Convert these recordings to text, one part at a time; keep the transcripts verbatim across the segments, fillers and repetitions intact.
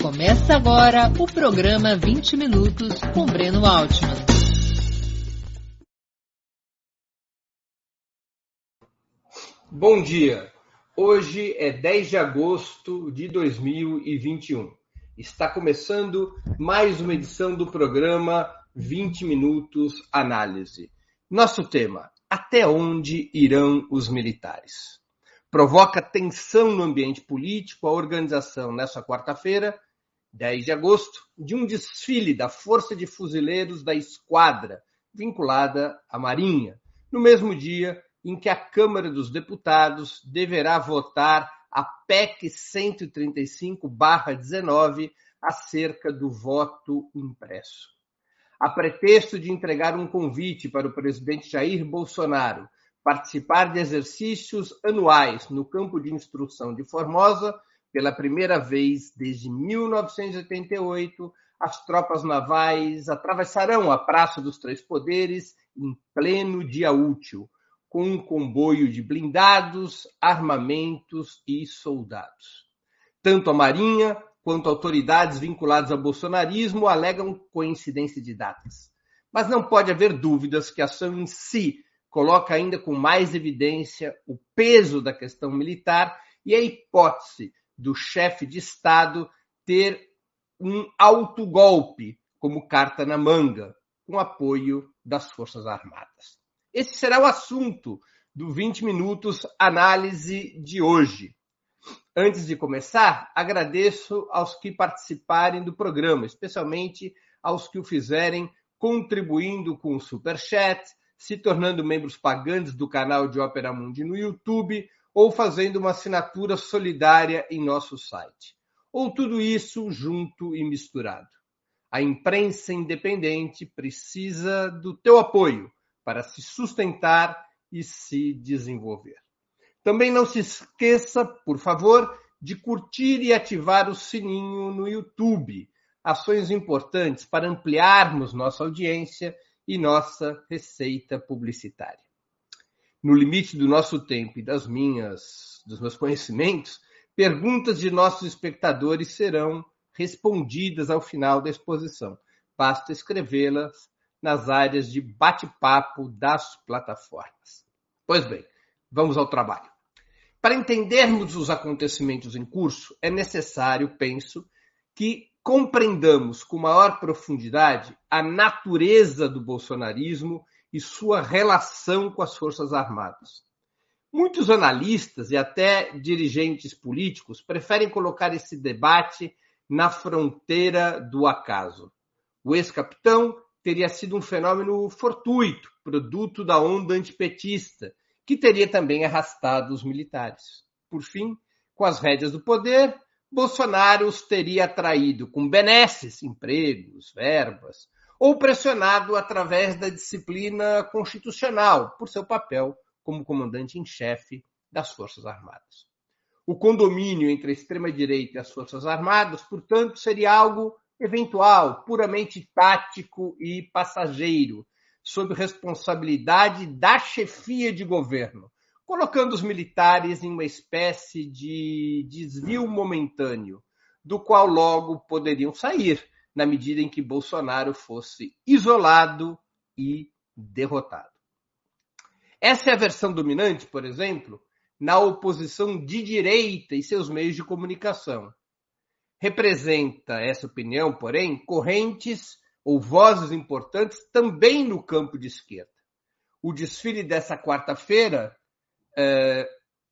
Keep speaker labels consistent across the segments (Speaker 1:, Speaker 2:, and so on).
Speaker 1: Começa agora o programa vinte minutos com Breno Altman.
Speaker 2: Bom dia! Hoje é dez de agosto de dois mil e vinte e um. Está começando mais uma edição do programa vinte minutos Análise. Nosso tema: até onde irão os militares? Provoca tensão no ambiente político a organização, nesta quarta-feira, dez de agosto, de um desfile da Força de Fuzileiros da Esquadra, vinculada à Marinha, no mesmo dia em que a Câmara dos Deputados deverá votar a P E C cento e trinta e cinco barra dezenove acerca do voto impresso. A pretexto de entregar um convite para o presidente Jair Bolsonaro participar de exercícios anuais no campo de instrução de Formosa, pela primeira vez desde mil novecentos e oitenta e oito, as tropas navais atravessarão a Praça dos Três Poderes em pleno dia útil, com um comboio de blindados, armamentos e soldados. Tanto a Marinha quanto autoridades vinculadas ao bolsonarismo alegam coincidência de datas. Mas não pode haver dúvidas que a ação em si coloca ainda com mais evidência o peso da questão militar e a hipótese do chefe de Estado ter um autogolpe como carta na manga, com apoio das Forças Armadas. Esse será o assunto do vinte minutos Análise de hoje. Antes de começar, agradeço aos que participarem do programa, especialmente aos que o fizerem contribuindo com o Superchat, se tornando membros pagantes do canal de Ópera Mundi no YouTube ou fazendo uma assinatura solidária em nosso site. Ou tudo isso junto e misturado. A imprensa independente precisa do teu apoio para se sustentar e se desenvolver. Também não se esqueça, por favor, de curtir e ativar o sininho no YouTube. Ações importantes para ampliarmos nossa audiência e nossa receita publicitária. No limite do nosso tempo e das minhas, dos meus conhecimentos, perguntas de nossos espectadores serão respondidas ao final da exposição. Basta escrevê-las nas áreas de bate-papo das plataformas. Pois bem, vamos ao trabalho. Para entendermos os acontecimentos em curso, é necessário, penso, que compreendamos com maior profundidade a natureza do bolsonarismo e sua relação com as Forças Armadas. Muitos analistas e até dirigentes políticos preferem colocar esse debate na fronteira do acaso. O ex-capitão teria sido um fenômeno fortuito, produto da onda antipetista, que teria também arrastado os militares. Por fim, com as rédeas do poder, Bolsonaro os teria atraído com benesses, empregos, verbas, ou pressionado através da disciplina constitucional por seu papel como comandante em chefe das Forças Armadas. O condomínio entre a extrema-direita e as Forças Armadas, portanto, seria algo eventual, puramente tático e passageiro, sob responsabilidade da chefia de governo, colocando os militares em uma espécie de desvio momentâneo, do qual logo poderiam sair, na medida em que Bolsonaro fosse isolado e derrotado. Essa é a versão dominante, por exemplo, na oposição de direita e seus meios de comunicação. Representa essa opinião, porém, correntes ou vozes importantes também no campo de esquerda. O desfile dessa quarta-feira é,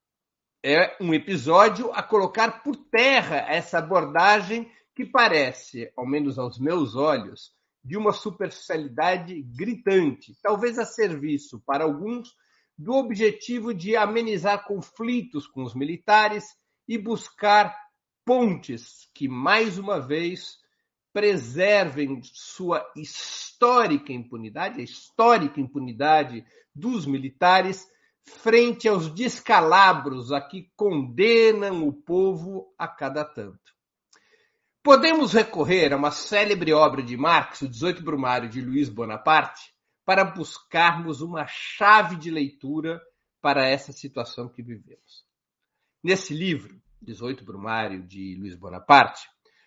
Speaker 2: é um episódio a colocar por terra essa abordagem que parece, ao menos aos meus olhos, de uma superficialidade gritante, talvez a serviço, para alguns, do objetivo de amenizar conflitos com os militares e buscar pontes que, mais uma vez, preservem sua histórica impunidade, a histórica impunidade dos militares, frente aos descalabros a que condenam o povo a cada tanto. Podemos recorrer a uma célebre obra de Marx, o dezoito Brumário de Luiz Bonaparte, para buscarmos uma chave de leitura para essa situação que vivemos. Nesse livro, dezoito Brumário de Luiz Bonaparte,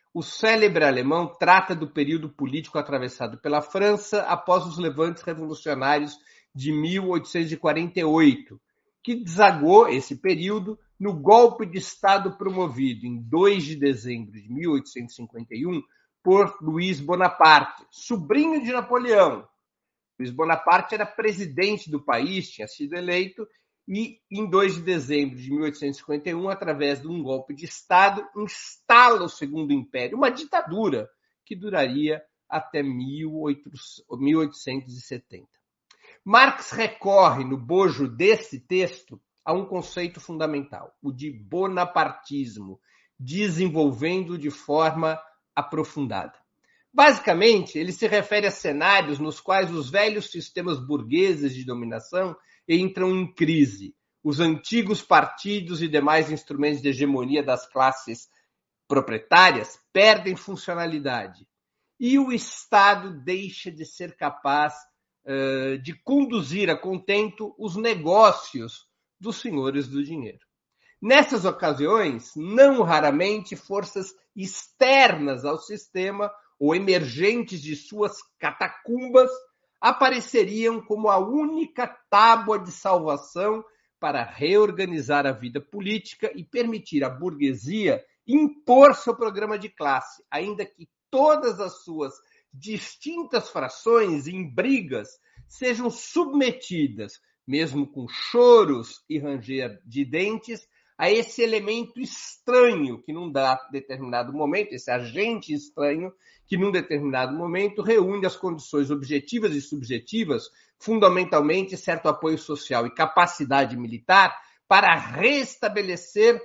Speaker 2: o célebre alemão trata do período político atravessado pela França após os levantes revolucionários de mil oitocentos e quarenta e oito, que desagou esse período no golpe de Estado promovido em dois de dezembro de mil oitocentos e cinquenta e um por Luiz Bonaparte, sobrinho de Napoleão. Luiz Bonaparte era presidente do país, tinha sido eleito, e em dois de dezembro de mil oitocentos e cinquenta e um, através de um golpe de Estado, instala o Segundo Império, uma ditadura que duraria até mil oitocentos e setenta. Marx recorre, no bojo desse texto, a um conceito fundamental, o de bonapartismo, desenvolvendo de forma aprofundada. Basicamente, ele se refere a cenários nos quais os velhos sistemas burgueses de dominação entram em crise. Os antigos partidos e demais instrumentos de hegemonia das classes proprietárias perdem funcionalidade. E o Estado deixa de ser capaz uh, de conduzir a contento os negócios dos senhores do dinheiro. Nessas ocasiões, não raramente, forças externas ao sistema ou emergentes de suas catacumbas apareceriam como a única tábua de salvação para reorganizar a vida política e permitir à burguesia impor seu programa de classe, ainda que todas as suas distintas frações em brigas sejam submetidas, mesmo com choros e ranger de dentes, a esse elemento estranho que num determinado momento, esse agente estranho que num determinado momento reúne as condições objetivas e subjetivas, fundamentalmente certo apoio social e capacidade militar, para restabelecer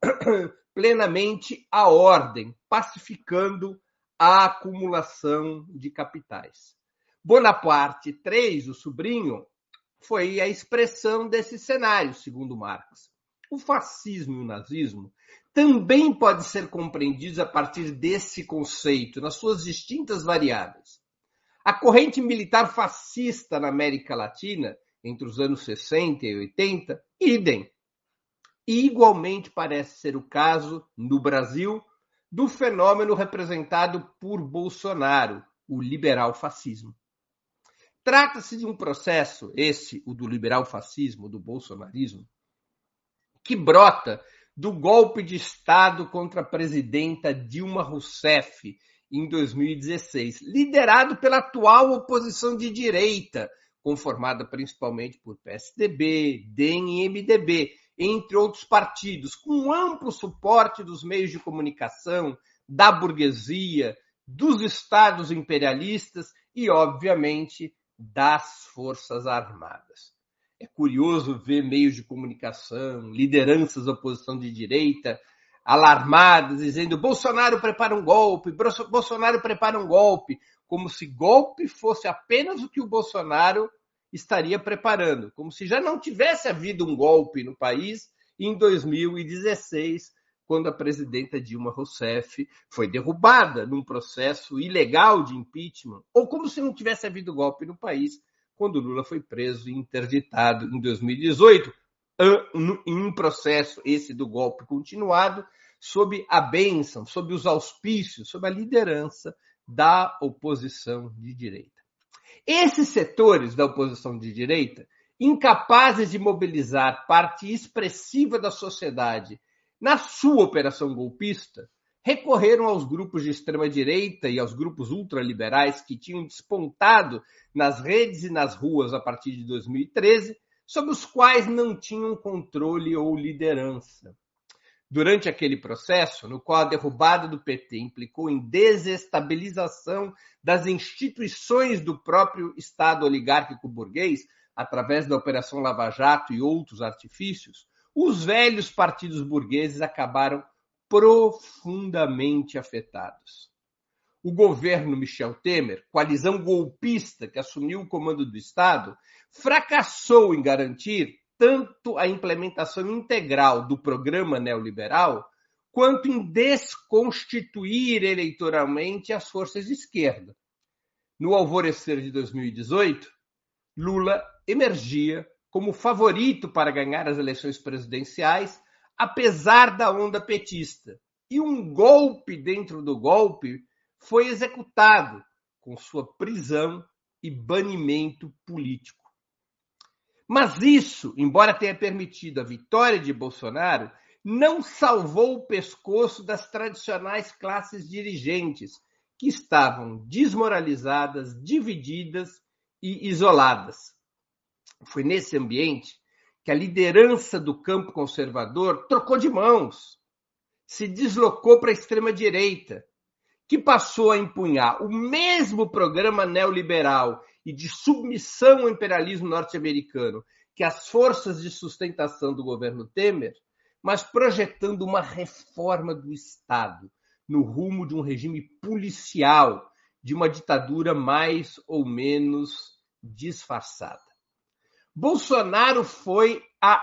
Speaker 2: plenamente a ordem, pacificando a acumulação de capitais. Bonaparte terceiro, o sobrinho, foi a expressão desse cenário, segundo Marx. O fascismo e o nazismo também podem ser compreendidos a partir desse conceito, nas suas distintas variáveis. A corrente militar fascista na América Latina, entre os anos sessenta e oitenta, idem. E igualmente parece ser o caso, no Brasil, do fenômeno representado por Bolsonaro, o liberal-fascismo. Trata-se de um processo, esse, o do liberal-fascismo, do bolsonarismo, que brota do golpe de Estado contra a presidenta Dilma Rousseff em dois mil e dezesseis, liderado pela atual oposição de direita, conformada principalmente por P S D B, D E M e M D B, entre outros partidos, com amplo suporte dos meios de comunicação, da burguesia, dos estados imperialistas e, obviamente, das Forças Armadas. É curioso ver meios de comunicação, lideranças da oposição de direita, alarmadas, dizendo Bolsonaro prepara um golpe, Bolsonaro prepara um golpe, como se golpe fosse apenas o que o Bolsonaro estaria preparando, como se já não tivesse havido um golpe no país em dois mil e dezesseis, quando a presidenta Dilma Rousseff foi derrubada num processo ilegal de impeachment, ou como se não tivesse havido golpe no país, quando Lula foi preso e interditado em dois mil e dezoito, em um processo, esse do golpe continuado, sob a bênção, sob os auspícios, sob a liderança da oposição de direita. Esses setores da oposição de direita, incapazes de mobilizar parte expressiva da sociedade na sua operação golpista, recorreram aos grupos de extrema-direita e aos grupos ultraliberais que tinham despontado nas redes e nas ruas a partir de dois mil e treze, sobre os quais não tinham controle ou liderança. Durante aquele processo, no qual a derrubada do P T implicou em desestabilização das instituições do próprio Estado oligárquico burguês, através da Operação Lava Jato e outros artifícios, os velhos partidos burgueses acabaram profundamente afetados. O governo Michel Temer, coalizão golpista que assumiu o comando do Estado, fracassou em garantir tanto a implementação integral do programa neoliberal, quanto em desconstituir eleitoralmente as forças de esquerda. No alvorecer de dois mil e dezoito, Lula emergia como favorito para ganhar as eleições presidenciais, apesar da onda petista. e um golpe dentro do golpe foi executado, com sua prisão e banimento político. Mas isso, embora tenha permitido a vitória de Bolsonaro, não salvou o pescoço das tradicionais classes dirigentes, que estavam desmoralizadas, divididas e isoladas. Foi nesse ambiente que a liderança do campo conservador trocou de mãos, se deslocou para a extrema-direita, que passou a empunhar o mesmo programa neoliberal e de submissão ao imperialismo norte-americano que as forças de sustentação do governo Temer, mas projetando uma reforma do Estado no rumo de um regime policial, de uma ditadura mais ou menos disfarçada. Bolsonaro foi a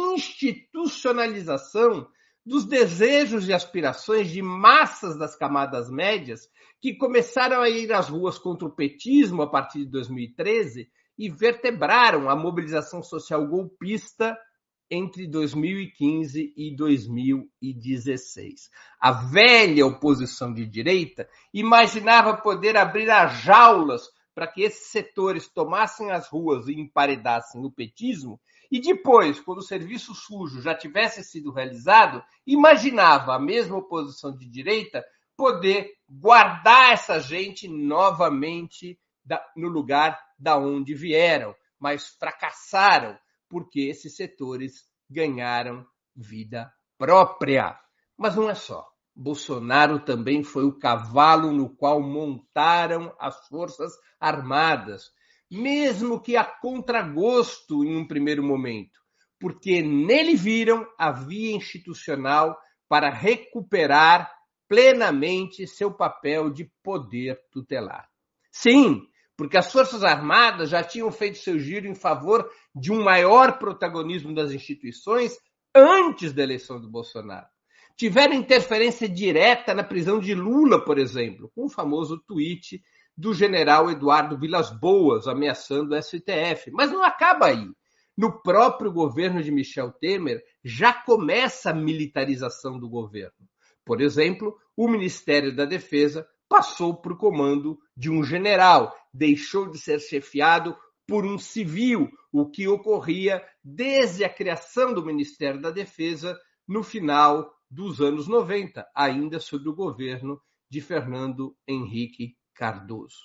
Speaker 2: institucionalização dos desejos e aspirações de massas das camadas médias que começaram a ir às ruas contra o petismo a partir de dois mil e treze e vertebraram a mobilização social golpista entre dois mil e quinze e dois mil e dezesseis. A velha oposição de direita imaginava poder abrir as jaulas para que esses setores tomassem as ruas e emparedassem o petismo, e depois, quando o serviço sujo já tivesse sido realizado, imaginava a mesma oposição de direita poder guardar essa gente novamente no lugar da onde vieram, mas fracassaram porque esses setores ganharam vida própria. Mas não é só. Bolsonaro também foi o cavalo no qual montaram as Forças Armadas, mesmo que a contragosto em um primeiro momento, porque nele viram a via institucional para recuperar plenamente seu papel de poder tutelar. Sim, porque as Forças Armadas já tinham feito seu giro em favor de um maior protagonismo das instituições antes da eleição do Bolsonaro. Tiveram interferência direta na prisão de Lula, por exemplo, com o famoso tweet do general Eduardo Vilas Boas ameaçando o S T F. Mas não acaba aí. No próprio governo de Michel Temer já começa a militarização do governo. Por exemplo, o Ministério da Defesa passou para o comando de um general, deixou de ser chefiado por um civil, o que ocorria desde a criação do Ministério da Defesa no final dos anos noventa, ainda sob o governo de Fernando Henrique Cardoso.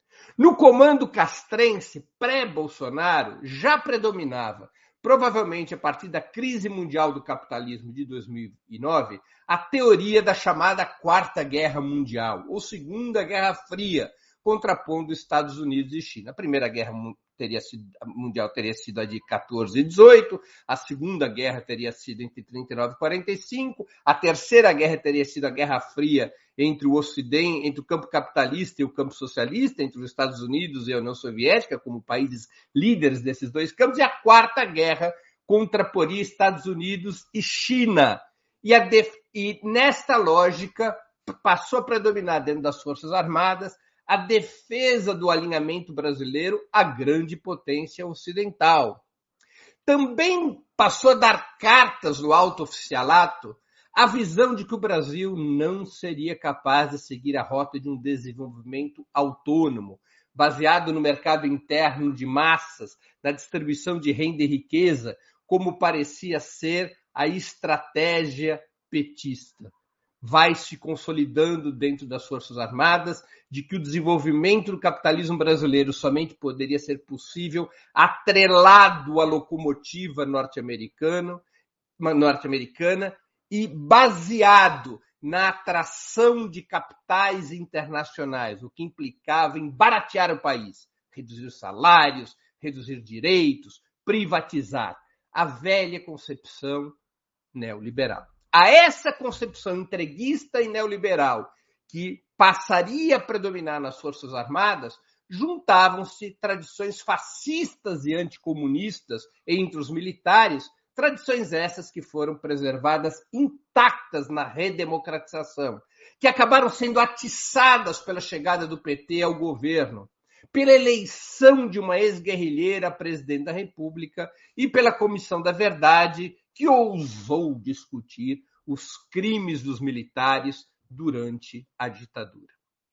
Speaker 2: No comando castrense pré-Bolsonaro já predominava, provavelmente a partir da crise mundial do capitalismo de dois mil e nove, a teoria da chamada Quarta Guerra Mundial, ou Segunda Guerra Fria, contrapondo Estados Unidos e China. A Primeira Guerra teria sido, Mundial teria sido a de quatorze e dezoito, a Segunda Guerra teria sido entre trinta e nove e quarenta e cinco, a Terceira Guerra teria sido a Guerra Fria entre o Ocidente, entre o campo capitalista e o campo socialista, entre os Estados Unidos e a União Soviética, como países líderes desses dois campos, e a Quarta Guerra contraporia Estados Unidos e China. E, a def... e nesta lógica passou a predominar dentro das Forças Armadas a defesa do alinhamento brasileiro à grande potência ocidental. Também passou a dar cartas no alto oficialato a visão de que o Brasil não seria capaz de seguir a rota de um desenvolvimento autônomo, baseado no mercado interno de massas, na distribuição de renda e riqueza, como parecia ser a estratégia petista. Vai se consolidando dentro das Forças Armadas de que o desenvolvimento do capitalismo brasileiro somente poderia ser possível atrelado à locomotiva norte-americana, norte-americana e baseado na atração de capitais internacionais, o que implicava em baratear o país, reduzir os salários, reduzir direitos, privatizar. A velha concepção neoliberal. A essa concepção entreguista e neoliberal, que passaria a predominar nas Forças Armadas, juntavam-se tradições fascistas e anticomunistas entre os militares, tradições essas que foram preservadas intactas na redemocratização, que acabaram sendo atiçadas pela chegada do P T ao governo, pela eleição de uma ex-guerrilheira a presidente da República e pela Comissão da Verdade, que ousou discutir os crimes dos militares durante a ditadura.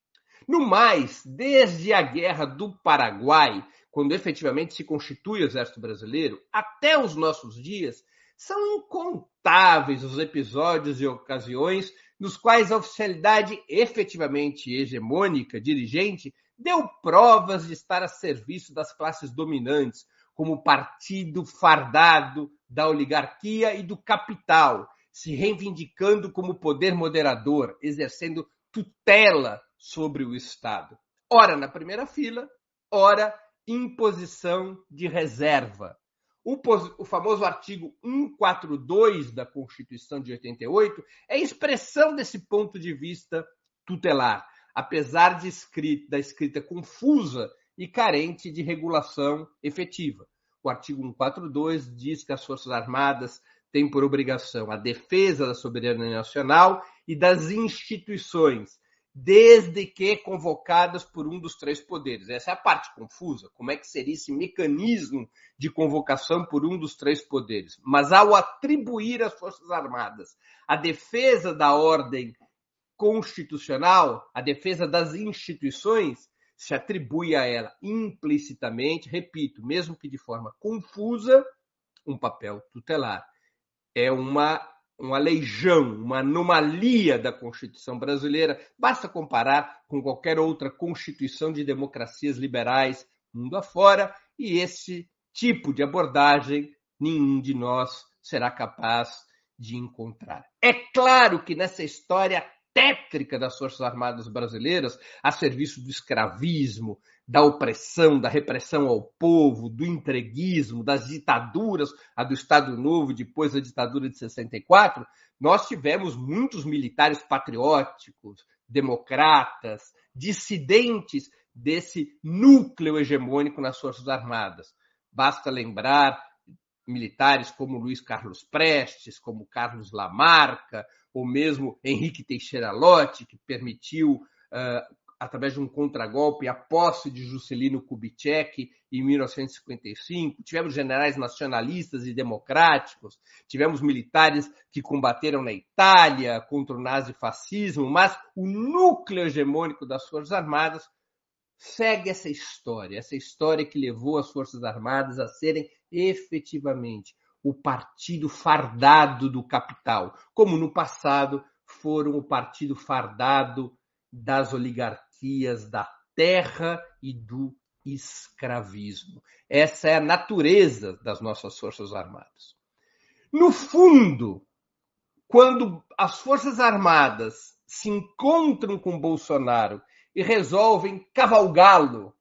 Speaker 2: No mais, desde a Guerra do Paraguai, quando efetivamente se constitui o Exército Brasileiro, até os nossos dias, são incontáveis os episódios e ocasiões nos quais a oficialidade efetivamente hegemônica, dirigente, deu provas de estar a serviço das classes dominantes, como partido fardado da oligarquia e do capital, se reivindicando como poder moderador, exercendo tutela sobre o Estado. Ora na primeira fila, ora imposição de reserva. O, o famoso artigo cento e quarenta e dois da Constituição de oitenta e oito é expressão desse ponto de vista tutelar, apesar de escrita, da escrita confusa e carente de regulação efetiva. O artigo cento e quarenta e dois diz que as Forças Armadas têm por obrigação a defesa da soberania nacional e das instituições, desde que convocadas por um dos três poderes. Essa é a parte confusa. Como é que seria esse mecanismo de convocação por um dos três poderes? Mas ao atribuir às Forças Armadas a defesa da ordem constitucional, a defesa das instituições, se atribui a ela implicitamente, repito, mesmo que de forma confusa, um papel tutelar. É uma uma legião, uma anomalia da Constituição brasileira. Basta comparar com qualquer outra constituição de democracias liberais mundo afora, e esse tipo de abordagem nenhum de nós será capaz de encontrar. É claro que nessa história tétrica das Forças Armadas brasileiras, a serviço do escravismo, da opressão, da repressão ao povo, do entreguismo, das ditaduras, a do Estado Novo, depois da ditadura de sessenta e quatro, nós tivemos muitos militares patrióticos, democratas, dissidentes desse núcleo hegemônico nas Forças Armadas. Basta lembrar militares como Luiz Carlos Prestes, como Carlos Lamarca, ou mesmo Henrique Teixeira Lott, que permitiu, uh, através de um contragolpe, a posse de Juscelino Kubitschek em mil novecentos e cinquenta e cinco. Tivemos generais nacionalistas e democráticos, tivemos militares que combateram na Itália contra o nazifascismo, mas o núcleo hegemônico das Forças Armadas segue essa história, essa história que levou as Forças Armadas a serem efetivamente o partido fardado do capital, como no passado foram o partido fardado das oligarquias da terra e do escravismo. Essa é a natureza das nossas Forças Armadas. No fundo, quando as Forças Armadas se encontram com Bolsonaro e resolvem cavalgá-lo,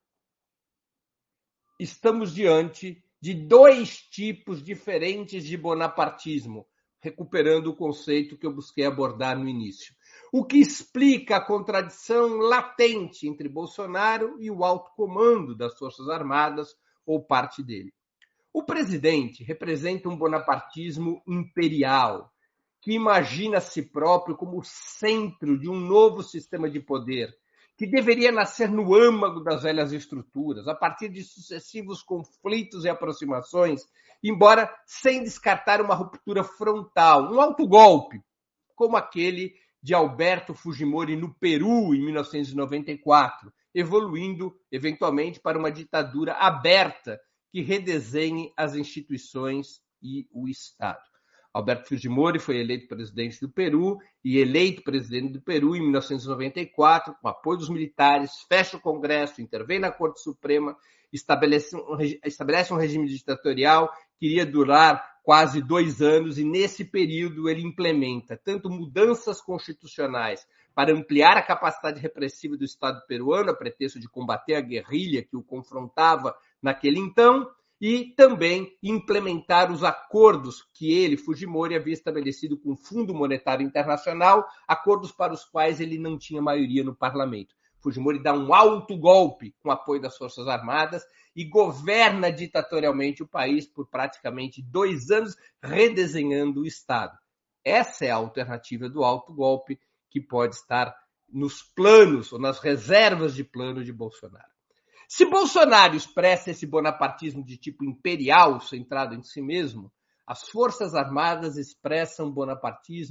Speaker 2: estamos diante de dois tipos diferentes de bonapartismo, recuperando o conceito que eu busquei abordar no início. O que explica a contradição latente entre Bolsonaro e o alto comando das Forças Armadas ou parte dele. O presidente representa um bonapartismo imperial, que imagina a si próprio como o centro de um novo sistema de poder, que deveria nascer no âmago das velhas estruturas, a partir de sucessivos conflitos e aproximações, embora sem descartar uma ruptura frontal, um autogolpe, como aquele de Alberto Fujimori no Peru, em mil novecentos e noventa e quatro, evoluindo, eventualmente, para uma ditadura aberta que redesenhe as instituições e o Estado. Alberto Fujimori foi eleito presidente do Peru e eleito presidente do Peru em mil novecentos e noventa e quatro, com apoio dos militares, fecha o Congresso, intervém na Corte Suprema, estabelece um, estabelece um regime ditatorial que iria durar quase dois anos e, nesse período, ele implementa tanto mudanças constitucionais para ampliar a capacidade repressiva do Estado peruano, a pretexto de combater a guerrilha que o confrontava naquele então, e também implementar os acordos que ele, Fujimori, havia estabelecido com o Fundo Monetário Internacional, acordos para os quais ele não tinha maioria no parlamento. Fujimori dá um alto golpe com apoio das Forças Armadas e governa ditatorialmente o país por praticamente dois anos, redesenhando o Estado. Essa é a alternativa do alto golpe que pode estar nos planos ou nas reservas de plano de Bolsonaro. Se Bolsonaro expressa esse bonapartismo de tipo imperial, centrado em si mesmo, as Forças Armadas expressam bonapartismo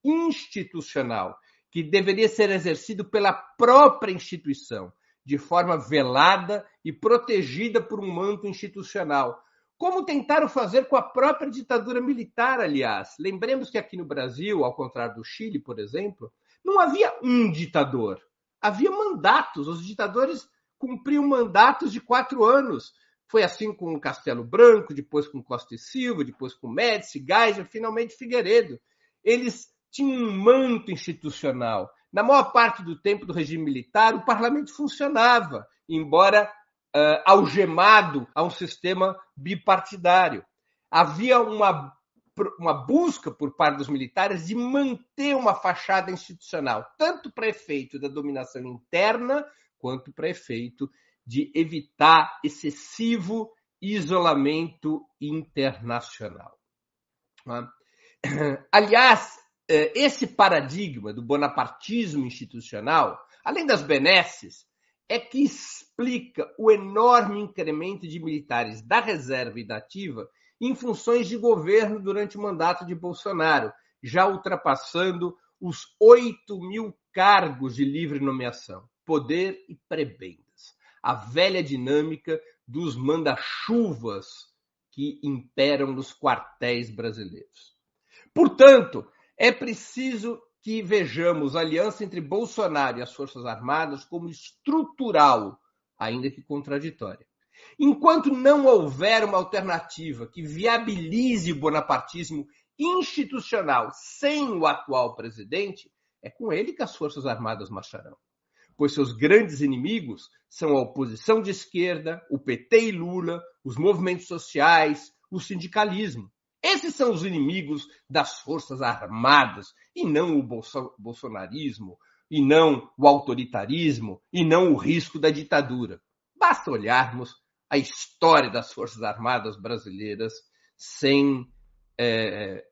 Speaker 2: institucional, que deveria ser exercido pela própria instituição, de forma velada e protegida por um manto institucional, como tentaram fazer com a própria ditadura militar, aliás. Lembremos que aqui no Brasil, ao contrário do Chile, por exemplo, não havia um ditador, havia mandatos. Os ditadores cumpriam mandatos de quatro anos. Foi assim com Castelo Branco, depois com Costa e Silva, depois com Médici, Geisel, finalmente Figueiredo. Eles tinham um manto institucional. Na maior parte do tempo do regime militar, o parlamento funcionava, embora uh, algemado a um sistema bipartidário. Havia uma, uma busca por parte dos militares de manter uma fachada institucional, tanto para efeito da dominação interna, quanto para efeito de evitar excessivo isolamento internacional. Aliás, esse paradigma do bonapartismo institucional, além das benesses, é que explica o enorme incremento de militares da reserva e da ativa em funções de governo durante o mandato de Bolsonaro, já ultrapassando os oito mil cargos de livre nomeação, poder e prebendas. A velha dinâmica dos manda-chuvas que imperam nos quartéis brasileiros. Portanto, é preciso que vejamos a aliança entre Bolsonaro e as Forças Armadas como estrutural, ainda que contraditória. Enquanto não houver uma alternativa que viabilize o bonapartismo institucional sem o atual presidente, é com ele que as Forças Armadas marcharão. Pois seus grandes inimigos são a oposição de esquerda, o P T e Lula, os movimentos sociais, o sindicalismo. Esses são os inimigos das Forças Armadas, e não o bolso- bolsonarismo, e não o autoritarismo, e não o risco da ditadura. Basta olharmos a história das Forças Armadas brasileiras sem, é,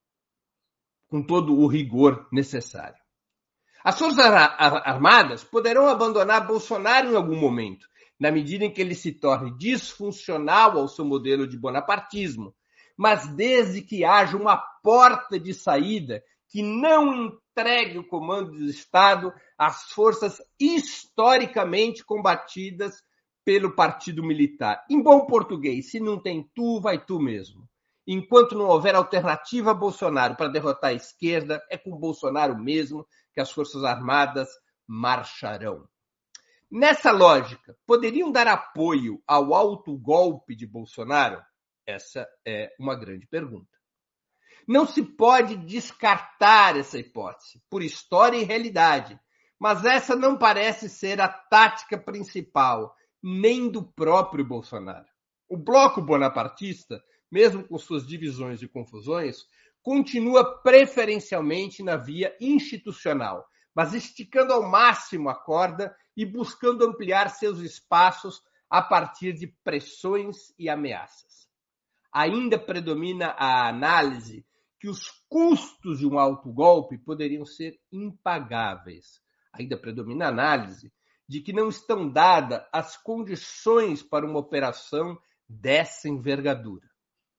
Speaker 2: com todo o rigor necessário. As Forças Armadas poderão abandonar Bolsonaro em algum momento, na medida em que ele se torne disfuncional ao seu modelo de bonapartismo, mas desde que haja uma porta de saída que não entregue o comando do Estado às forças historicamente combatidas pelo Partido Militar. Em bom português, se não tem tu, vai tu mesmo. Enquanto não houver alternativa a Bolsonaro para derrotar a esquerda, é com Bolsonaro mesmo que as Forças Armadas marcharão. Nessa lógica, poderiam dar apoio ao autogolpe de Bolsonaro? Essa é uma grande pergunta. Não se pode descartar essa hipótese, por história e realidade, mas essa não parece ser a tática principal, nem do próprio Bolsonaro. O bloco bonapartista, mesmo com suas divisões e confusões, continua preferencialmente na via institucional, mas esticando ao máximo a corda e buscando ampliar seus espaços a partir de pressões e ameaças. Ainda predomina a análise que os custos de um autogolpe poderiam ser impagáveis. Ainda predomina a análise de que não estão dadas as condições para uma operação dessa envergadura.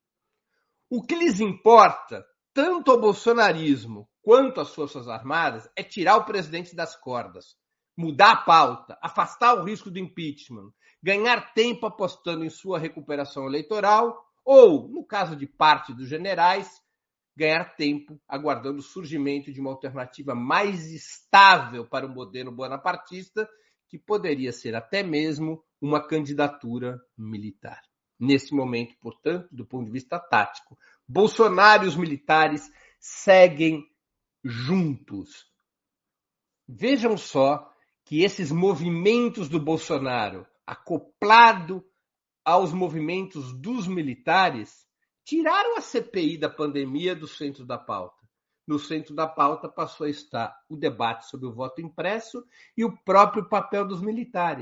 Speaker 2: O que lhes importa, tanto ao bolsonarismo quanto às Forças Armadas, é tirar o presidente das cordas, mudar a pauta, afastar o risco do impeachment, ganhar tempo apostando em sua recuperação eleitoral ou, no caso de parte dos generais, ganhar tempo aguardando o surgimento de uma alternativa mais estável para o modelo bonapartista, que poderia ser até mesmo uma candidatura militar. Nesse momento, portanto, do ponto de vista tático, Bolsonaro e os militares seguem juntos. Vejam só que esses movimentos do Bolsonaro, acoplado aos movimentos dos militares, tiraram a C P I da pandemia do centro da pauta. No centro da pauta passou a estar o debate sobre o voto impresso e o próprio papel dos militares.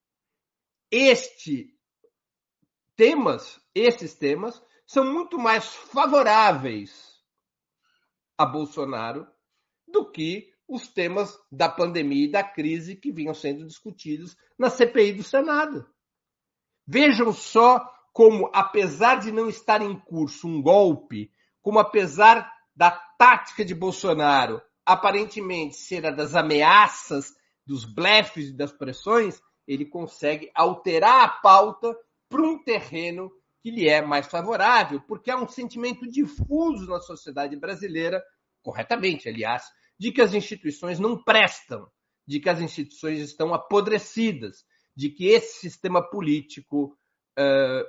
Speaker 2: Este temas, esses temas, são muito mais favoráveis a Bolsonaro do que os temas da pandemia e da crise que vinham sendo discutidos na C P I do Senado. Vejam só como, apesar de não estar em curso um golpe, como apesar da tática de Bolsonaro aparentemente ser a das ameaças, dos blefes e das pressões, ele consegue alterar a pauta para um terreno que lhe é mais favorável, porque há um sentimento difuso na sociedade brasileira, corretamente, aliás, de que as instituições não prestam, de que as instituições estão apodrecidas, de que esse sistema político uh,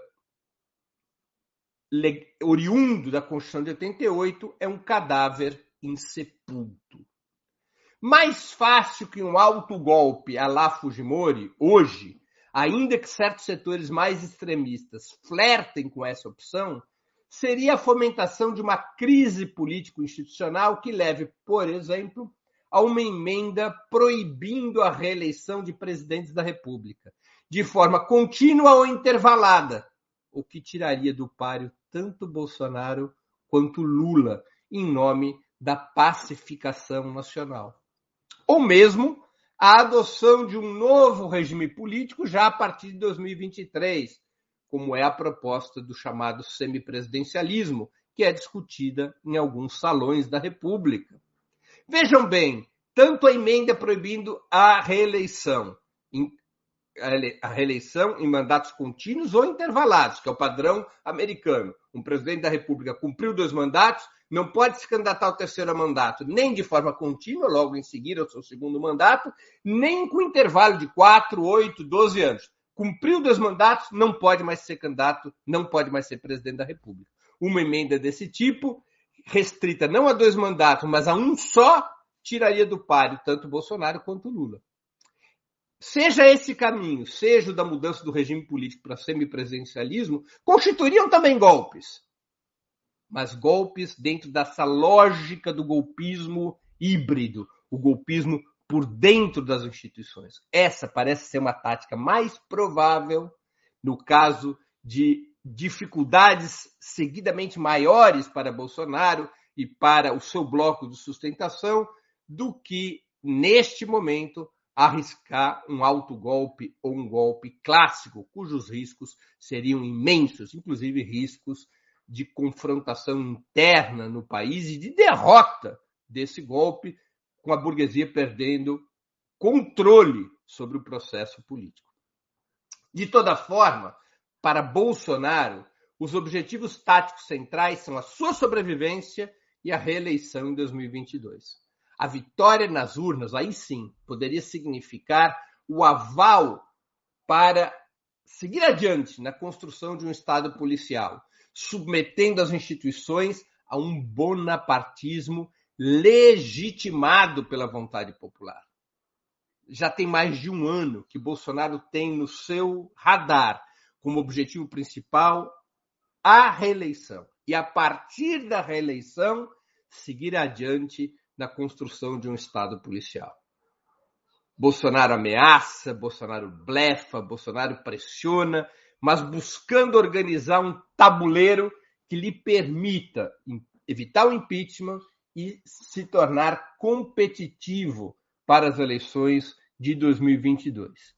Speaker 2: oriundo da Constituição de oitenta e oito é um cadáver insepulto. Mais fácil que um autogolpe à la Fujimori, hoje, ainda que certos setores mais extremistas flertem com essa opção, seria a fomentação de uma crise político-institucional que leve, por exemplo, a uma emenda proibindo a reeleição de presidentes da República, de forma contínua ou intervalada, o que tiraria do páreo tanto Bolsonaro quanto Lula, em nome da pacificação nacional. Ou mesmo a adoção de um novo regime político já a partir de dois mil e vinte e três, como é a proposta do chamado semipresidencialismo, que é discutida em alguns salões da República. Vejam bem, tanto a emenda proibindo a reeleição, a reeleição em mandatos contínuos ou intervalados, que é o padrão americano. Um presidente da República cumpriu dois mandatos, não pode se candidatar ao terceiro mandato, nem de forma contínua, logo em seguida ao seu segundo mandato, nem com intervalo de quatro, oito, doze anos. Cumpriu dois mandatos, não pode mais ser candidato, não pode mais ser presidente da República. Uma emenda desse tipo, restrita não a dois mandatos, mas a um só, tiraria do páreo tanto Bolsonaro quanto Lula. Seja esse caminho, seja o da mudança do regime político para semipresidencialismo, constituiriam também golpes. Mas golpes dentro dessa lógica do golpismo híbrido, o golpismo por dentro das instituições. Essa parece ser uma tática mais provável no caso de dificuldades seguidamente maiores para Bolsonaro e para o seu bloco de sustentação do que, neste momento, arriscar um autogolpe ou um golpe clássico, cujos riscos seriam imensos, inclusive riscos de confrontação interna no país e de derrota desse golpe, com a burguesia perdendo controle sobre o processo político. De toda forma, para Bolsonaro, os objetivos táticos centrais são a sua sobrevivência e a reeleição em dois mil e vinte e dois. A vitória nas urnas, aí sim, poderia significar o aval para seguir adiante na construção de um Estado policial, submetendo as instituições a um bonapartismo legitimado pela vontade popular. Já tem mais de um ano que Bolsonaro tem no seu radar como objetivo principal a reeleição. E a partir da reeleição, seguir adiante na construção de um Estado policial. Bolsonaro ameaça, Bolsonaro blefa, Bolsonaro pressiona, mas buscando organizar um tabuleiro que lhe permita evitar o impeachment e se tornar competitivo para as eleições de dois mil e vinte e dois.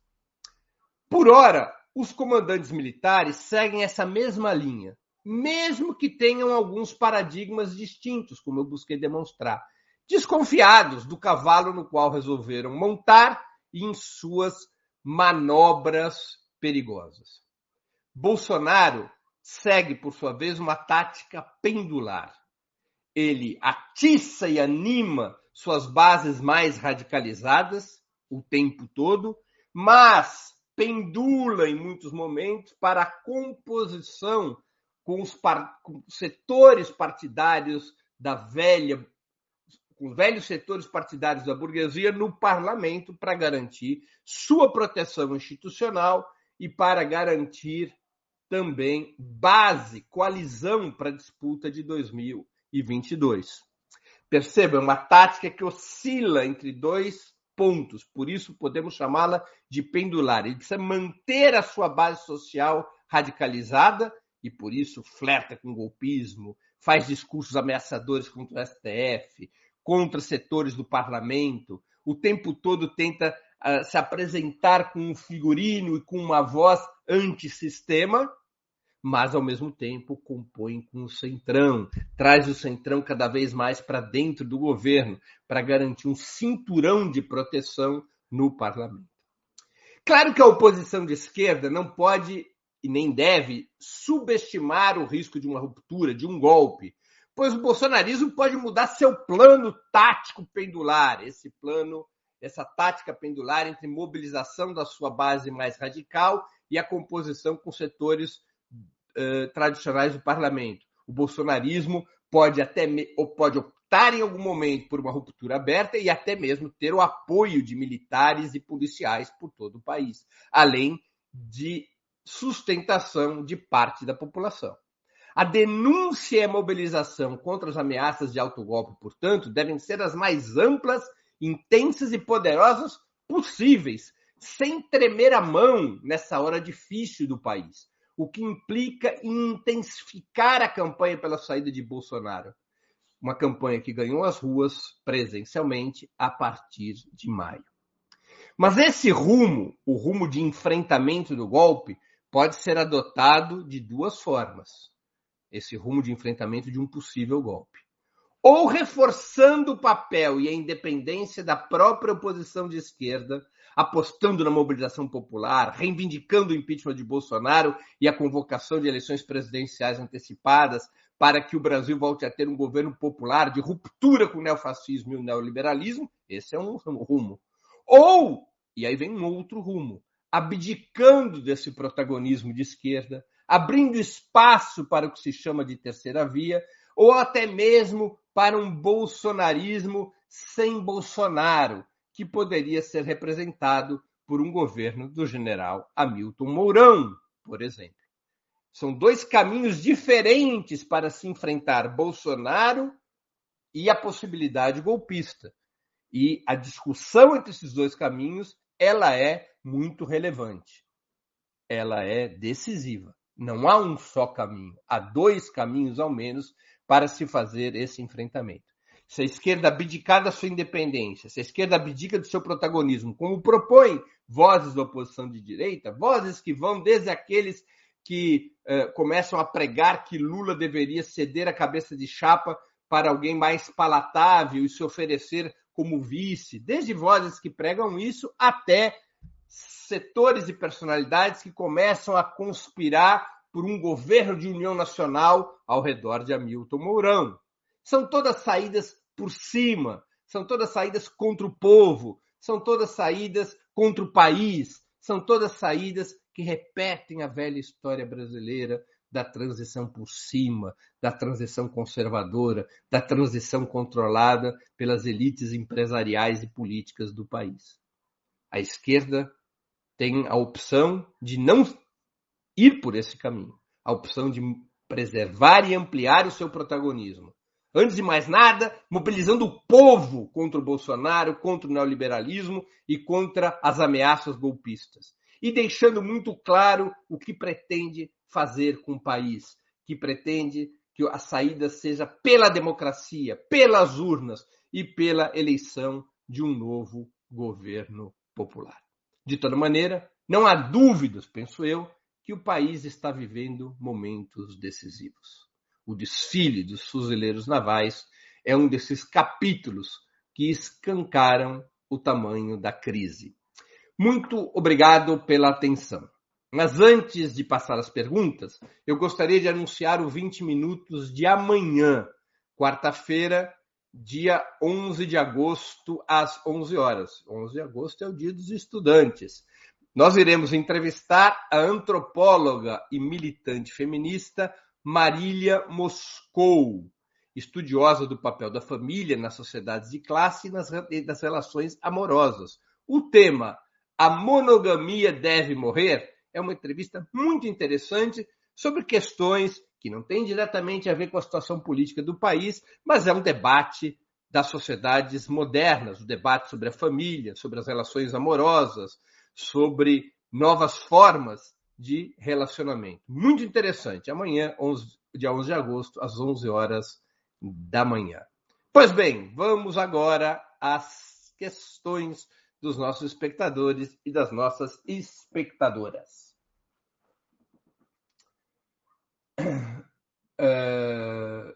Speaker 2: Por ora, os comandantes militares seguem essa mesma linha, mesmo que tenham alguns paradigmas distintos, como eu busquei demonstrar, desconfiados do cavalo no qual resolveram montar e em suas manobras perigosas. Bolsonaro segue, por sua vez, uma tática pendular. Ele atiça e anima suas bases mais radicalizadas o tempo todo, mas pendula em muitos momentos para a composição com os, par... com os setores partidários da velha, com os velhos setores partidários da burguesia no parlamento para garantir sua proteção institucional e para garantir também base, coalizão para a disputa de dois mil e vinte e dois. Perceba, é uma tática que oscila entre dois pontos, por isso podemos chamá-la de pendular. Ele precisa manter a sua base social radicalizada e por isso flerta com golpismo, faz discursos ameaçadores contra o S T F, contra setores do parlamento, o tempo todo tenta uh, se apresentar com um figurino e com uma voz antissistema, mas ao mesmo tempo compõe com o Centrão, traz o Centrão cada vez mais para dentro do governo, para garantir um cinturão de proteção no parlamento. Claro que a oposição de esquerda não pode e nem deve subestimar o risco de uma ruptura, de um golpe, pois o bolsonarismo pode mudar seu plano tático pendular, esse plano, essa tática pendular entre mobilização da sua base mais radical e a composição com setores eh, tradicionais do parlamento. O bolsonarismo pode até ou pode optar em algum momento por uma ruptura aberta e até mesmo ter o apoio de militares e policiais por todo o país, além de sustentação de parte da população. A denúncia e a mobilização contra as ameaças de autogolpe, portanto, devem ser as mais amplas, intensas e poderosas possíveis, sem tremer a mão nessa hora difícil do país, o que implica em intensificar a campanha pela saída de Bolsonaro. Uma campanha que ganhou as ruas presencialmente a partir de maio. Mas esse rumo, o rumo de enfrentamento do golpe, pode ser adotado de duas formas. Esse rumo de enfrentamento de um possível golpe. Ou reforçando o papel e a independência da própria oposição de esquerda, apostando na mobilização popular, reivindicando o impeachment de Bolsonaro e a convocação de eleições presidenciais antecipadas para que o Brasil volte a ter um governo popular de ruptura com o neofascismo e o neoliberalismo. Esse é um rumo. Ou, e aí vem um outro rumo, abdicando desse protagonismo de esquerda, abrindo espaço para o que se chama de terceira via, ou até mesmo para um bolsonarismo sem Bolsonaro, que poderia ser representado por um governo do general Hamilton Mourão, por exemplo. São dois caminhos diferentes para se enfrentar Bolsonaro e a possibilidade golpista. E a discussão entre esses dois caminhos, ela é muito relevante. Ela é decisiva. Não há um só caminho, há dois caminhos ao menos para se fazer esse enfrentamento. Se a esquerda abdicar da sua independência, se a esquerda abdica do seu protagonismo, como propõem vozes da oposição de direita, vozes que vão desde aqueles que eh, começam a pregar que Lula deveria ceder a cabeça de chapa para alguém mais palatável e se oferecer como vice, desde vozes que pregam isso até setores e personalidades que começam a conspirar por um governo de união nacional ao redor de Hamilton Mourão. São todas saídas por cima, são todas saídas contra o povo, são todas saídas contra o país, são todas saídas que repetem a velha história brasileira da transição por cima, da transição conservadora, da transição controlada pelas elites empresariais e políticas do país. A esquerda tem a opção de não ir por esse caminho, a opção de preservar e ampliar o seu protagonismo. Antes de mais nada, mobilizando o povo contra o Bolsonaro, contra o neoliberalismo e contra as ameaças golpistas. E deixando muito claro o que pretende fazer com o país, que pretende que a saída seja pela democracia, pelas urnas e pela eleição de um novo governo popular. De toda maneira, não há dúvidas, penso eu, que o país está vivendo momentos decisivos. O desfile dos fuzileiros navais é um desses capítulos que escancaram o tamanho da crise. Muito obrigado pela atenção. Mas antes de passar as perguntas, eu gostaria de anunciar o vinte minutos de amanhã, quarta-feira, dia onze de agosto, às onze horas. onze de agosto é o dia dos estudantes. Nós iremos entrevistar a antropóloga e militante feminista Marília Moscou, estudiosa do papel da família nas sociedades de classe e nas, nas relações amorosas. O tema, a monogamia deve morrer, é uma entrevista muito interessante sobre questões que não têm diretamente a ver com a situação política do país, mas é um debate das sociedades modernas, o debate sobre a família, sobre as relações amorosas, sobre novas formas de relacionamento. Muito interessante. Amanhã, dia onze de agosto, às onze horas da manhã. Pois bem, vamos agora às questões dos nossos espectadores e das nossas espectadoras. Uh...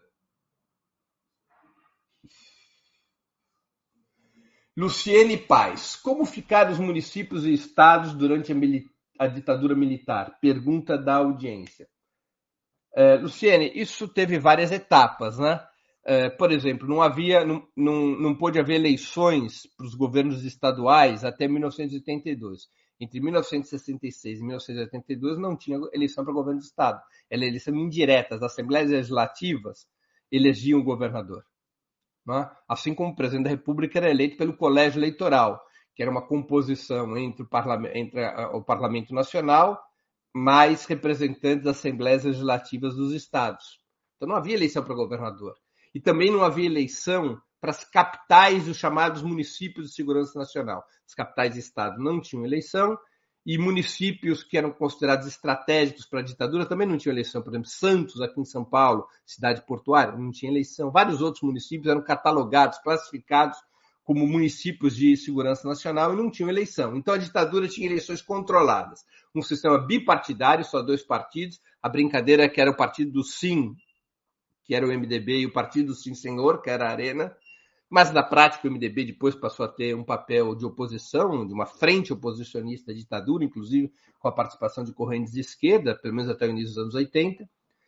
Speaker 2: Luciene Paz, como ficaram os municípios e estados durante a, mili- a ditadura militar? Pergunta da audiência. Uh, Luciene, isso teve várias etapas, né? Uh, por exemplo, não havia, não, não, não pôde haver eleições para os governos estaduais até mil novecentos e oitenta e dois. Entre mil novecentos e sessenta e seis e mil novecentos e oitenta e dois não tinha eleição para governo do estado. Era eleição indireta. As assembleias legislativas elegiam o governador. Né? Assim como o presidente da República era eleito pelo colégio eleitoral, que era uma composição entre o parlamento, entre o parlamento nacional mais representantes das assembleias legislativas dos estados. Então não havia eleição para governador. E também não havia eleição para as capitais dos chamados municípios de segurança nacional. As capitais de estado não tinham eleição e municípios que eram considerados estratégicos para a ditadura também não tinham eleição. Por exemplo, Santos, aqui em São Paulo, cidade portuária, não tinha eleição. Vários outros municípios eram catalogados, classificados como municípios de segurança nacional e não tinham eleição. Então a ditadura tinha eleições controladas. Um sistema bipartidário, só dois partidos. A brincadeira é que era o partido do Sim, que era o M D B, e o partido do Sim Senhor, que era a Arena. Mas, na prática, o M D B depois passou a ter um papel de oposição, de uma frente oposicionista à ditadura, inclusive com a participação de correntes de esquerda, pelo menos até o início dos anos oitenta.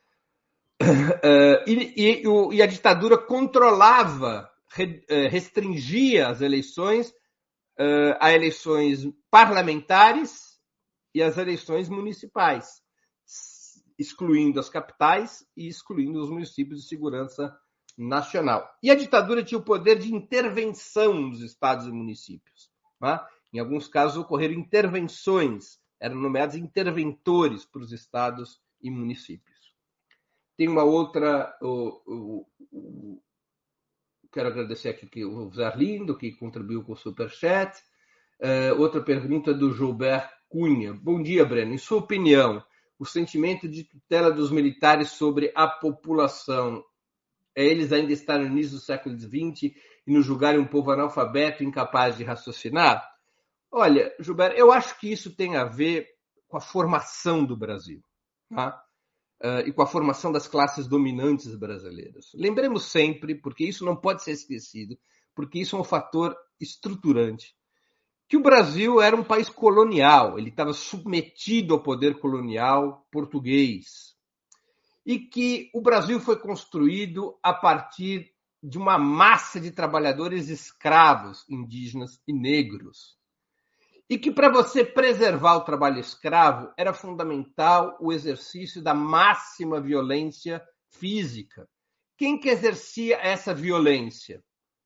Speaker 2: Uh, e, e, e a ditadura controlava, re, restringia as eleições uh, a eleições parlamentares e as eleições municipais, excluindo as capitais e excluindo os municípios de segurança nacional. E a ditadura tinha o poder de intervenção nos estados e municípios. Né? Em alguns casos ocorreram intervenções, eram nomeados interventores para os estados e municípios. Tem uma outra, o, o, o, quero agradecer aqui o Zé Arlindo, que contribuiu com o Superchat. Uh, outra pergunta do Gilbert Cunha. Bom dia, Breno. Em sua opinião, o sentimento de tutela dos militares sobre a população é eles ainda estarem no início do século vinte e nos julgarem um povo analfabeto incapaz de raciocinar? Olha, Gilberto, eu acho que isso tem a ver com a formação do Brasil, tá? Uh, e com a formação das classes dominantes brasileiras. Lembremos sempre, porque isso não pode ser esquecido, porque isso é um fator estruturante, que o Brasil era um país colonial, ele estava submetido ao poder colonial português. E que o Brasil foi construído a partir de uma massa de trabalhadores escravos, indígenas e negros. E que para você preservar o trabalho escravo era fundamental o exercício da máxima violência física. Quem que exercia essa violência?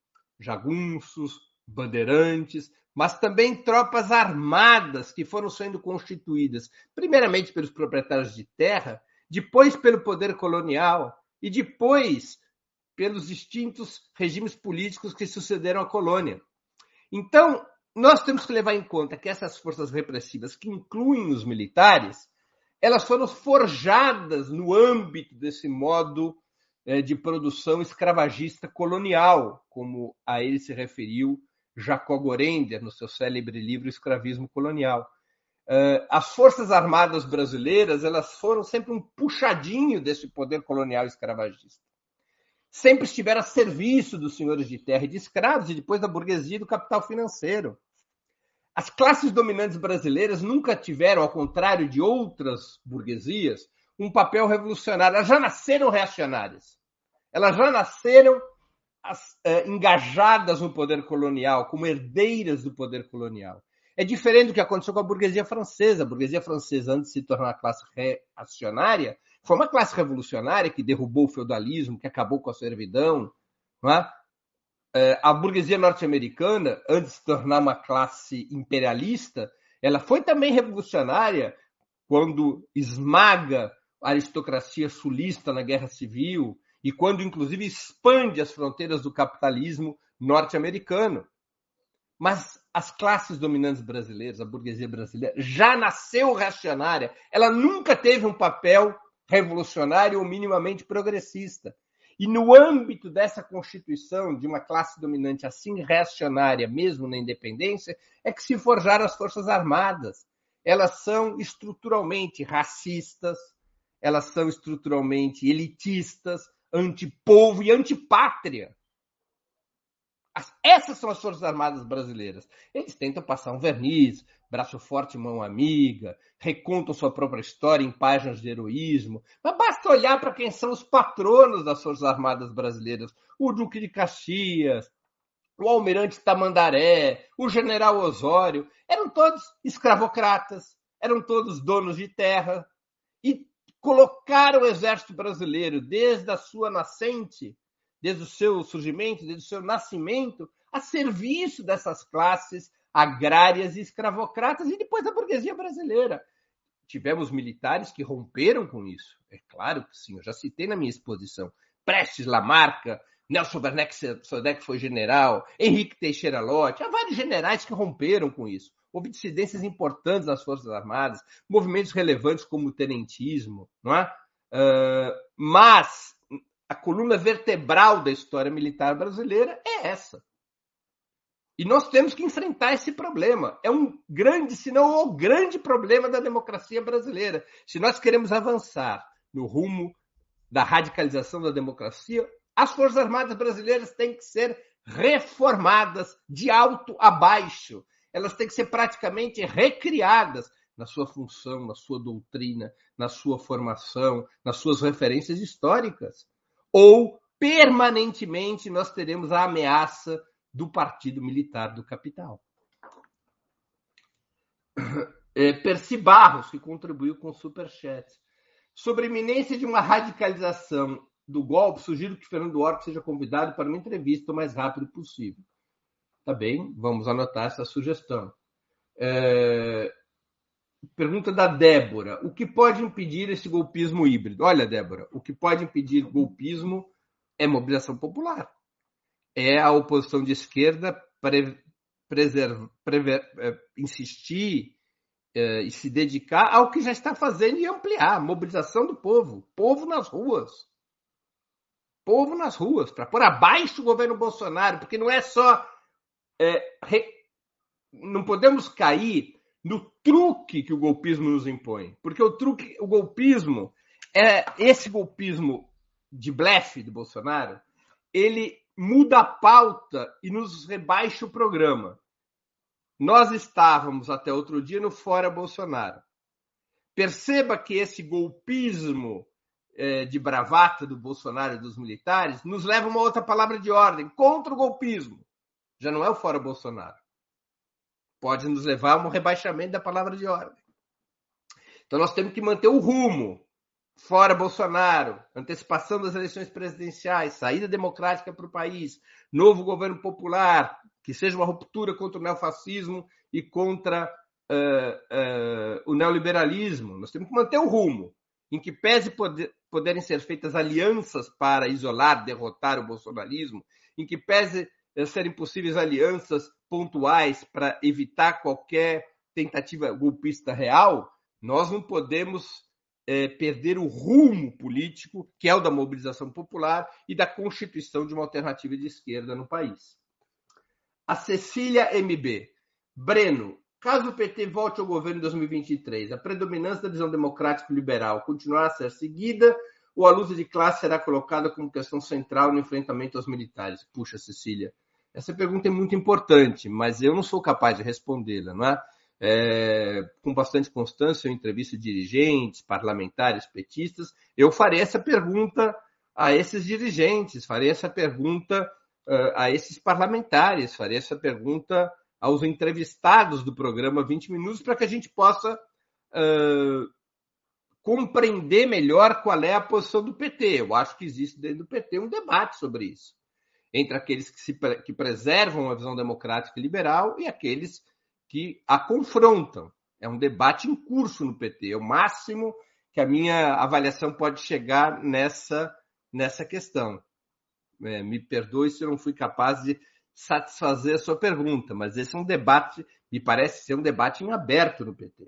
Speaker 2: Jagunços, bandeirantes, mas também tropas armadas que foram sendo constituídas, primeiramente pelos proprietários de terra, depois pelo poder colonial e depois pelos distintos regimes políticos que sucederam à colônia. Então, nós temos que levar em conta que essas forças repressivas, que incluem os militares, elas foram forjadas no âmbito desse modo eh, de produção escravagista colonial, como a ele se referiu Jacob Gorender no seu célebre livro Escravismo Colonial. Uh, as Forças Armadas brasileiras, elas foram sempre um puxadinho desse poder colonial escravagista. Sempre estiveram a serviço dos senhores de terra e de escravos e depois da burguesia e do capital financeiro. As classes dominantes brasileiras nunca tiveram, ao contrário de outras burguesias, um papel revolucionário. Elas já nasceram reacionárias. Elas já nasceram as, uh, engajadas no poder colonial, como herdeiras do poder colonial. É diferente do que aconteceu com a burguesia francesa. A burguesia francesa, antes de se tornar uma classe reacionária, foi uma classe revolucionária que derrubou o feudalismo, que acabou com a servidão. Não é? A burguesia norte-americana, antes de se tornar uma classe imperialista, ela foi também revolucionária quando esmaga a aristocracia sulista na Guerra Civil e quando, inclusive, expande as fronteiras do capitalismo norte-americano. Mas as classes dominantes brasileiras, a burguesia brasileira, já nasceu reacionária. Ela nunca teve um papel revolucionário ou minimamente progressista. E no âmbito dessa constituição de uma classe dominante assim reacionária, mesmo na independência, é que se forjaram as Forças Armadas. Elas são estruturalmente racistas, elas são estruturalmente elitistas, antipovo e antipátria. Essas são as Forças Armadas brasileiras. Eles tentam passar um verniz, braço forte, mão amiga, recontam sua própria história em páginas de heroísmo. Mas basta olhar para quem são os patronos das Forças Armadas brasileiras. O Duque de Caxias, o Almirante Tamandaré, o General Osório. Eram todos escravocratas, eram todos donos de terra. E colocaram o Exército Brasileiro, desde a sua nascente, desde o seu surgimento, desde o seu nascimento, a serviço dessas classes agrárias e escravocratas e depois da burguesia brasileira. Tivemos militares que romperam com isso. É claro que sim, eu já citei na minha exposição. Prestes Lamarca, Nelson Werneck Sodré foi general, Henrique Teixeira Lott, há vários generais que romperam com isso. Houve dissidências importantes nas Forças Armadas, movimentos relevantes como o tenentismo, não é? Uh, mas a coluna vertebral da história militar brasileira é essa. E nós temos que enfrentar esse problema. É um grande, se não o grande problema da democracia brasileira. Se nós queremos avançar no rumo da radicalização da democracia, as Forças Armadas brasileiras têm que ser reformadas de alto a baixo. Elas têm que ser praticamente recriadas na sua função, na sua doutrina, na sua formação, nas suas referências históricas. Ou, permanentemente, nós teremos a ameaça do partido militar do capital. É, Percy Barros, que contribuiu com o Superchat. Sobre a iminência de uma radicalização do golpe, sugiro que Fernando Horta seja convidado para uma entrevista o mais rápido possível. Tá bem, vamos anotar essa sugestão. É... Pergunta da Débora. O que pode impedir esse golpismo híbrido? Olha, Débora, o que pode impedir golpismo é mobilização popular. É a oposição de esquerda pre, preserv, prever, é, insistir é, e se dedicar ao que já está fazendo e ampliar. Mobilização do povo. Povo nas ruas. Povo nas ruas, para pôr abaixo o governo Bolsonaro, porque não é só... É, re, não podemos cair no truque que o golpismo nos impõe. Porque o truque, o golpismo, é esse golpismo de blefe do Bolsonaro, ele muda a pauta e nos rebaixa o programa. Nós estávamos até outro dia no Fora Bolsonaro. Perceba que esse golpismo é, de bravata do Bolsonaro e dos militares nos leva a uma outra palavra de ordem, contra o golpismo. Já não é o Fora Bolsonaro. Pode nos levar a um rebaixamento da palavra de ordem. Então nós temos que manter o rumo. Fora Bolsonaro, antecipação das eleições presidenciais, saída democrática para o país, novo governo popular, que seja uma ruptura contra o neofascismo e contra uh, uh, o neoliberalismo. Nós temos que manter o rumo, em que pese poder, poderem ser feitas alianças para isolar, derrotar o bolsonarismo, em que pese uh, serem possíveis alianças pontuais para evitar qualquer tentativa golpista real, nós não podemos É, perder o rumo político, que é o da mobilização popular e da constituição de uma alternativa de esquerda no país. A Cecília M B. Breno, caso o P T volte ao governo em dois mil e vinte e três, a predominância da visão democrático-liberal continuará a ser seguida ou a luta de classe será colocada como questão central no enfrentamento aos militares? Puxa, Cecília, essa pergunta é muito importante, mas eu não sou capaz de respondê-la, não é? É, com bastante constância, eu entrevisto dirigentes, parlamentares, petistas, eu farei essa pergunta a esses dirigentes, farei essa pergunta uh, a esses parlamentares, farei essa pergunta aos entrevistados do programa vinte minutos para que a gente possa uh, compreender melhor qual é a posição do P T. Eu acho que existe dentro do P T um debate sobre isso, entre aqueles que, se, que preservam a visão democrática e liberal e aqueles que a confrontam. É um debate em curso no P T. É o máximo que a minha avaliação pode chegar nessa, nessa questão. É, me perdoe se eu não fui capaz de satisfazer a sua pergunta, mas esse é um debate, me parece ser um debate em aberto no P T.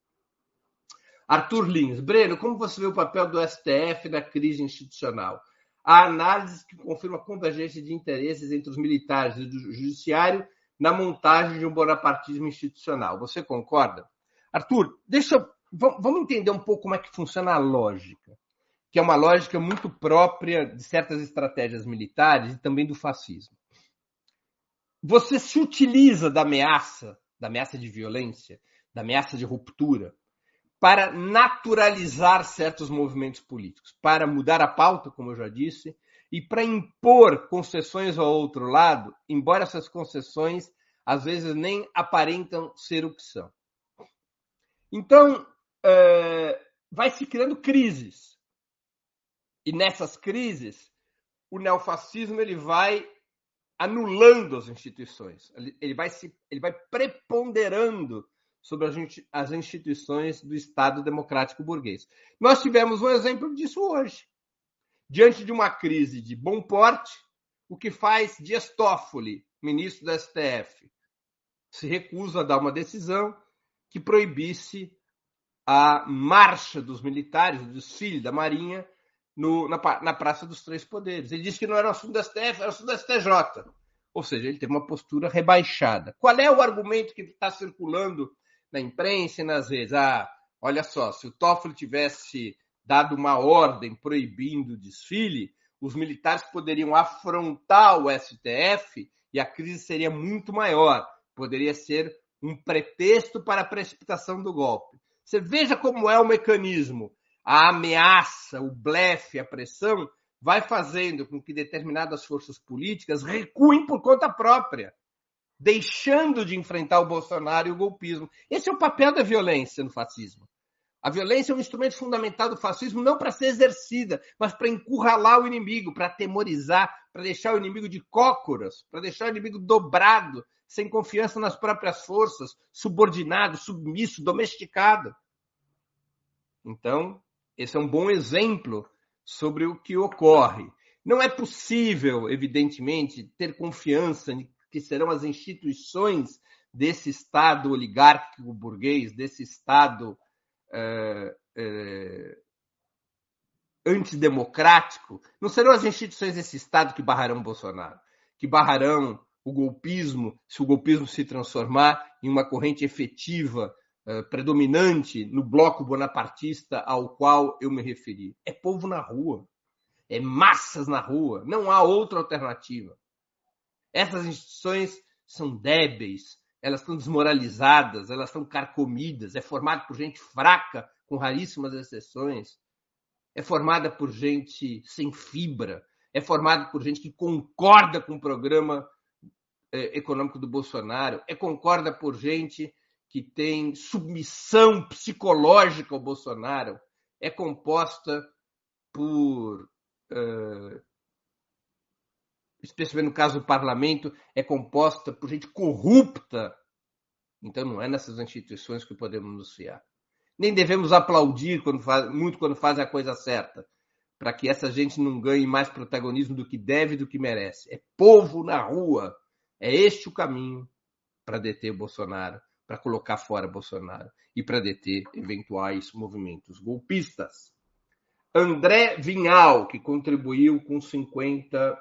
Speaker 2: Arthur Lins. Breno, como você vê o papel do S T F na crise institucional? Há análises que confirmam a convergência de interesses entre os militares e o judiciário na montagem de um bonapartismo institucional. Você concorda? Arthur, deixa eu Vamos entender um pouco como é que funciona a lógica, que é uma lógica muito própria de certas estratégias militares e também do fascismo. Você se utiliza da ameaça, da ameaça de violência, da ameaça de ruptura, para naturalizar certos movimentos políticos, para mudar a pauta, como eu já disse, e para impor concessões ao outro lado, embora essas concessões às vezes nem aparentam ser o que são. Então, é, vai se criando crises. E nessas crises, o neofascismo ele vai anulando as instituições. Ele vai, se, ele vai preponderando sobre as instituições do Estado democrático burguês. Nós tivemos um exemplo disso hoje. Diante de uma crise de bom porte, o que faz Dias Toffoli, ministro da S T F, se recusa a dar uma decisão que proibisse a marcha dos militares, o desfile da Marinha, no, na, na Praça dos Três Poderes. Ele disse que não era assunto da S T F, era assunto da S T J. Ou seja, ele teve uma postura rebaixada. Qual é o argumento que está circulando na imprensa e nas redes? Ah, olha só, se o Toffoli tivesse dado uma ordem proibindo o desfile, os militares poderiam afrontar o S T F e a crise seria muito maior. Poderia ser um pretexto para a precipitação do golpe. Você veja como é o mecanismo. A ameaça, o blefe, a pressão vai fazendo com que determinadas forças políticas recuem por conta própria, deixando de enfrentar o Bolsonaro e o golpismo. Esse é o papel da violência no fascismo. A violência é um instrumento fundamental do fascismo, não para ser exercida, mas para encurralar o inimigo, para atemorizar, para deixar o inimigo de cócoras, para deixar o inimigo dobrado, sem confiança nas próprias forças, subordinado, submisso, domesticado. Então, esse é um bom exemplo sobre o que ocorre. Não é possível, evidentemente, ter confiança em que serão as instituições desse Estado oligárquico burguês, desse Estado é, é, antidemocrático. Não serão as instituições desse Estado que barrarão Bolsonaro, que barrarão o golpismo, se o golpismo se transformar em uma corrente efetiva, uh, predominante no bloco bonapartista ao qual eu me referi. É povo na rua, é massas na rua, não há outra alternativa. Essas instituições são débeis, elas estão desmoralizadas, elas estão carcomidas, é formado por gente fraca, com raríssimas exceções, é formada por gente sem fibra, é formada por gente que concorda com o programa econômico do Bolsonaro, é concorda por gente que tem submissão psicológica ao Bolsonaro, é composta por, uh, especialmente no caso do parlamento, é composta por gente corrupta. Então não é nessas instituições que podemos nos fiar. Nem devemos aplaudir quando faz, muito quando fazem a coisa certa, para que essa gente não ganhe mais protagonismo do que deve e do que merece. É povo na rua. É este o caminho para deter Bolsonaro, para colocar fora Bolsonaro e para deter eventuais movimentos golpistas. André Vinhal, que contribuiu com cinquenta...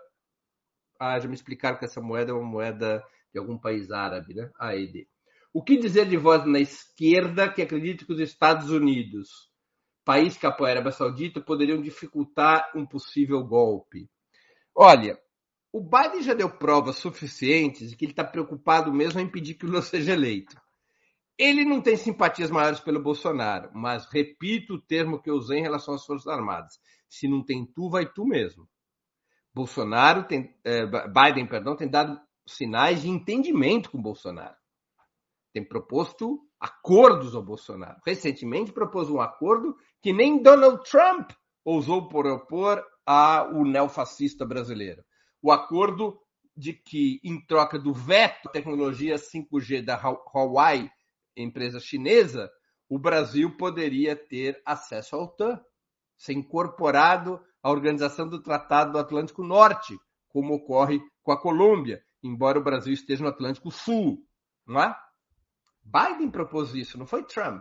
Speaker 2: Ah, já me explicaram que essa moeda é uma moeda de algum país árabe, né? A E D. O que dizer de voz na esquerda que acredita que os Estados Unidos, país que apoia a Arábia Saudita, poderiam dificultar um possível golpe? Olha, o Biden já deu provas suficientes de que ele está preocupado mesmo em impedir que o Lula seja eleito. Ele não tem simpatias maiores pelo Bolsonaro, mas repito o termo que eu usei em relação às Forças Armadas. Se não tem tu, vai tu mesmo. Bolsonaro tem, eh, Biden, perdão, tem dado sinais de entendimento com o Bolsonaro. Tem proposto acordos ao Bolsonaro. Recentemente propôs um acordo que nem Donald Trump ousou propor ao neofascista brasileiro. O acordo de que, em troca do veto à tecnologia cinco G da Huawei, empresa chinesa, o Brasil poderia ter acesso à OTAN, ser incorporado à Organização do Tratado do Atlântico Norte, como ocorre com a Colômbia, embora o Brasil esteja no Atlântico Sul, não é? Biden propôs isso, não foi Trump.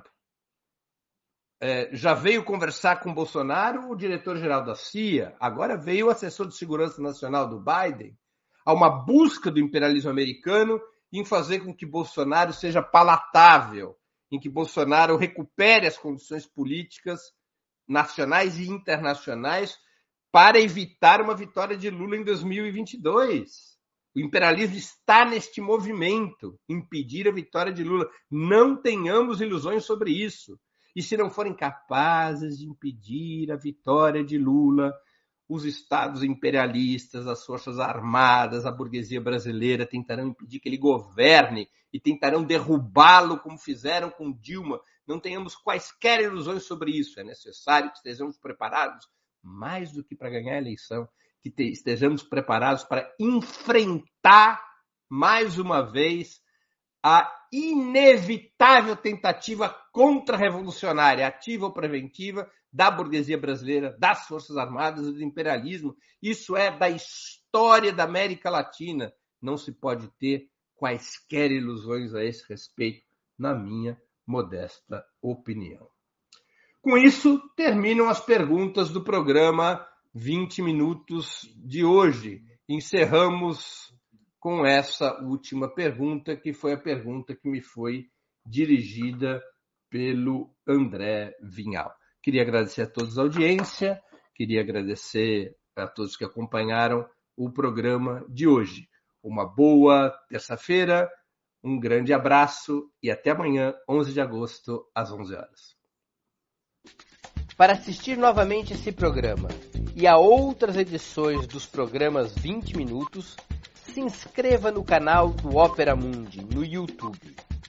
Speaker 2: É, já veio conversar com Bolsonaro o diretor-geral da C I A, agora veio o assessor de segurança nacional do Biden. Há uma busca do imperialismo americano em fazer com que Bolsonaro seja palatável, em que Bolsonaro recupere as condições políticas nacionais e internacionais para evitar uma vitória de Lula em dois mil e vinte e dois. O imperialismo está neste movimento, impedir a vitória de Lula. Não tenhamos ilusões sobre isso. E se não forem capazes de impedir a vitória de Lula, os estados imperialistas, as forças armadas, a burguesia brasileira tentarão impedir que ele governe e tentarão derrubá-lo como fizeram com Dilma. Não tenhamos quaisquer ilusões sobre isso. É necessário que estejamos preparados, mais do que para ganhar a eleição, que te, estejamos preparados para enfrentar, mais uma vez, a inevitável tentativa contra-revolucionária, ativa ou preventiva, da burguesia brasileira, das Forças Armadas e do imperialismo. Isso é da história da América Latina. Não se pode ter quaisquer ilusões a esse respeito, na minha modesta opinião. Com isso, terminam as perguntas do programa vinte minutos de hoje. Encerramos com essa última pergunta, que foi a pergunta que me foi dirigida pelo André Vinhal. Queria agradecer a todos a audiência, queria agradecer a todos que acompanharam o programa de hoje. Uma boa terça-feira, um grande abraço e até amanhã, onze de agosto, às onze horas.
Speaker 3: Para assistir novamente esse programa e a outras edições dos programas vinte minutos, se inscreva no canal do Opera Mundi no YouTube.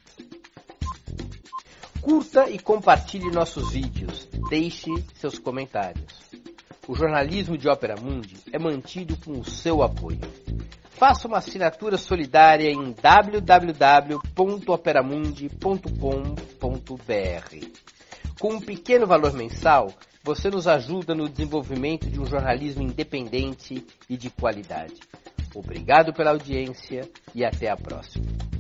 Speaker 3: Curta e compartilhe nossos vídeos. Deixe seus comentários. O jornalismo de Opera Mundi é mantido com o seu apoio. Faça uma assinatura solidária em w w w ponto operamundi ponto com ponto b r. Com um pequeno valor mensal, você nos ajuda no desenvolvimento de um jornalismo independente e de qualidade. Obrigado pela audiência e até a próxima.